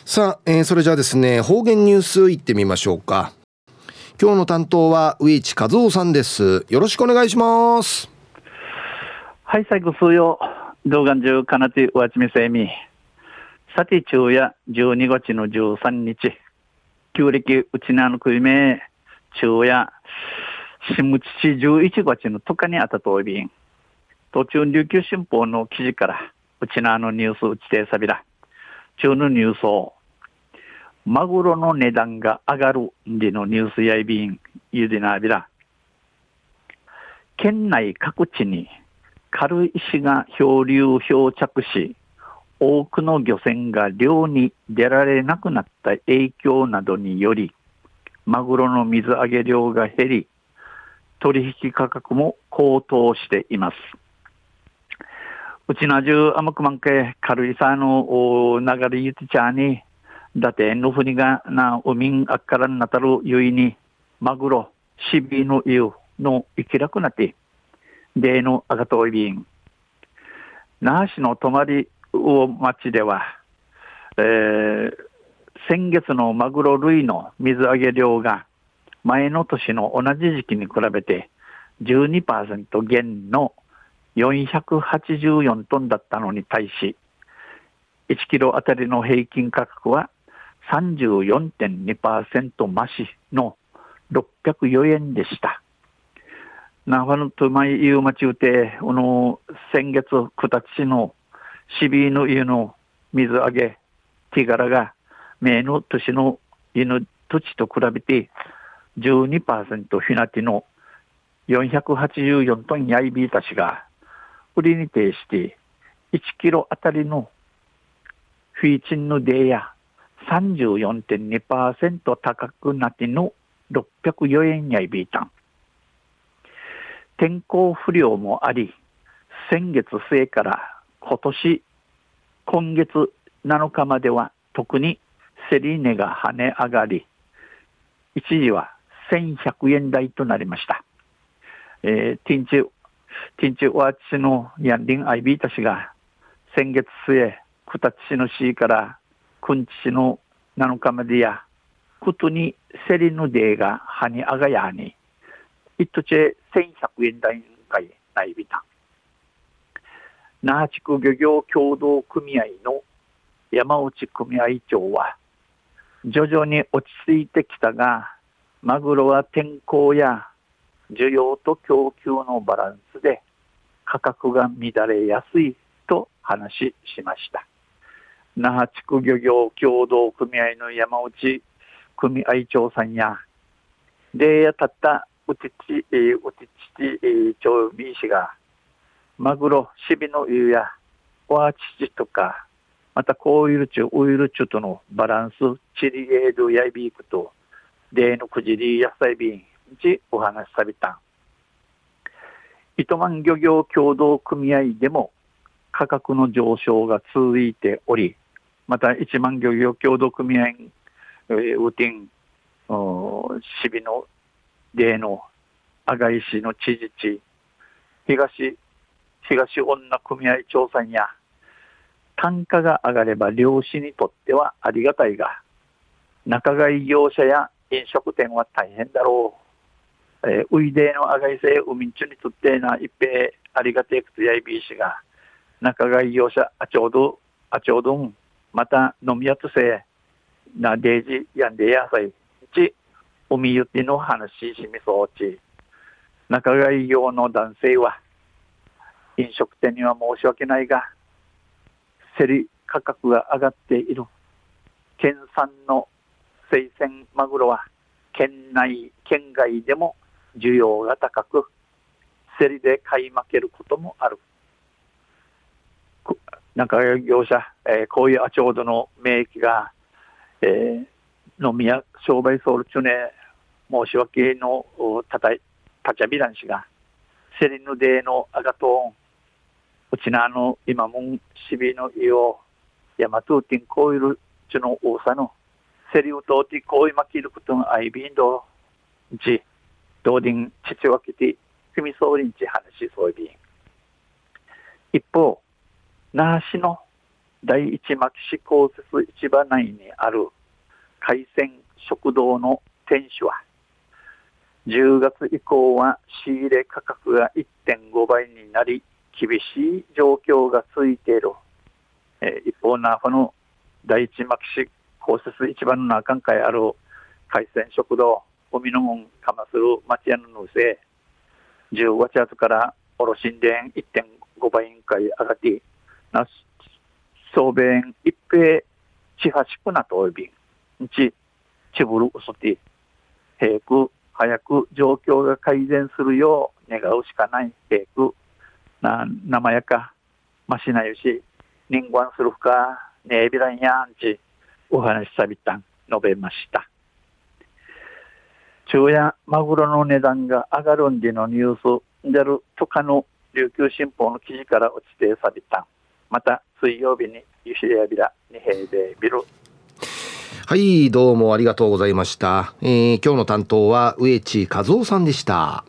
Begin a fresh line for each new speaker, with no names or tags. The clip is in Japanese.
さあ、それじゃあですね、方言ニュースいってみましょうか。今日の担当は上地和夫さんです。よろしくお願いします。
はい、最後数曜動画中かなてわちみせみさて昼夜12月の13日旧暦うちなのくいめ昼夜しむちち11月の10日にあたといびん途中琉球新報の記事からうちなのニュースうちてさびら中のニュースをマグロの値段が上がるでのニュースやいびんゆでなびら県内各地に軽石が漂流漂着し多くの漁船が漁に出られなくなった影響などによりマグロの水揚げ量が減り取引価格も高騰しています。うちなじゅうあまくまんけ軽石の流れゆてちゃにだてのふにがな海んあっからなたるゆいにマグロシビのゆの生きなくなってでのあがといびん那覇市の泊町では、先月のマグロ類の水揚げ量が前の年の同じ時期に比べて 12% 減の484トンだったのに対し1キロあたりの平均価格は 34.2% 増しの604円でした。那覇のとまいゆうまちうて、先月九立市のシビの湯の水揚げ、ティガラが、名の年の湯の土地と比べて 12% ひなての484トンやいびいたしが、売りに呈して1キロあたりのフィーチンのデーや 34.2% 高くなっての604円やいびいたん。天候不良もあり、先月末から今月7日までは特に競り値が跳ね上がり、一時は1100円台となりました。ティンチワーチのヤンリンアイビータ氏が先月末、クタチ市の市からクンチ市の7日までや、ことに競りのデーが跳ね上がやに、一途チェ1100円台かいないびた。那覇地区漁業協同組合の山内組合長は、徐々に落ち着いてきたが、マグロは天候や需要と供給のバランスで価格が乱れやすいと話しました。那覇地区漁業協同組合の山内組合長さんや、でやたったうちち長民氏が、マグロ、シビの湯や、ワーチチとか、またコウイルチュ、ウイルチュとのバランス、チリエールやいびいくと、デーのくじり野菜ビンちお話しさびたん。糸満漁業協同組合でも価格の上昇が続いており、また一万漁業協同組合、ウティン、シビのデーの赤石の知事地、東女組合調査や、単価が上がれば漁師にとってはありがたいが、仲買業者や飲食店は大変だろう。ウイデーの赤いせ海んちゅにとってな一平ありがてえくとやいびいしが、仲買業者あちょうどん、また飲みやつせなデージやんでやさいち、海ゆっての話しみそうち、仲買業の男性は、飲食店には申し訳ないが、競り価格が上がっている。県産の生鮮マグロは、県外でも需要が高く、競りで買い負けることもある。仲買業者、こういうちょうどの名義が、飲み屋商売ソウルチュネ申し訳のたちゃびらんしがセリヌデーのアガトーンうちな今もんしびのいをヤマトゥーティンコイルチュの大さのセリウトーティコイマキルクトンアイビンドジドーディン父わけてフミソーリンチ話しそういびん一方那覇市の第一牧志公設市場内にある海鮮食堂の店主は、10月以降は仕入れ価格が 1.5 倍になり厳しい状況が続いている。一方なこの第一牧志公設市場の中にある海鮮食堂海の門かまする町屋のぬせ15月から卸値 1.5 倍に上がってな総弁一平地八くなとおびちぶるうそて平く早く状況が改善するよう願うしかない。平く生やかましなゆし人間するかねえびらんやんちお話しさびたん述べました。中やマグロの値段が上がるんでのニュースであるとかの琉球新報の記事から落ちてさびたん。また水曜日にゆしやびらにへいでびる。
はい、どうもありがとうございました。今日の担当は植地和夫さんでした。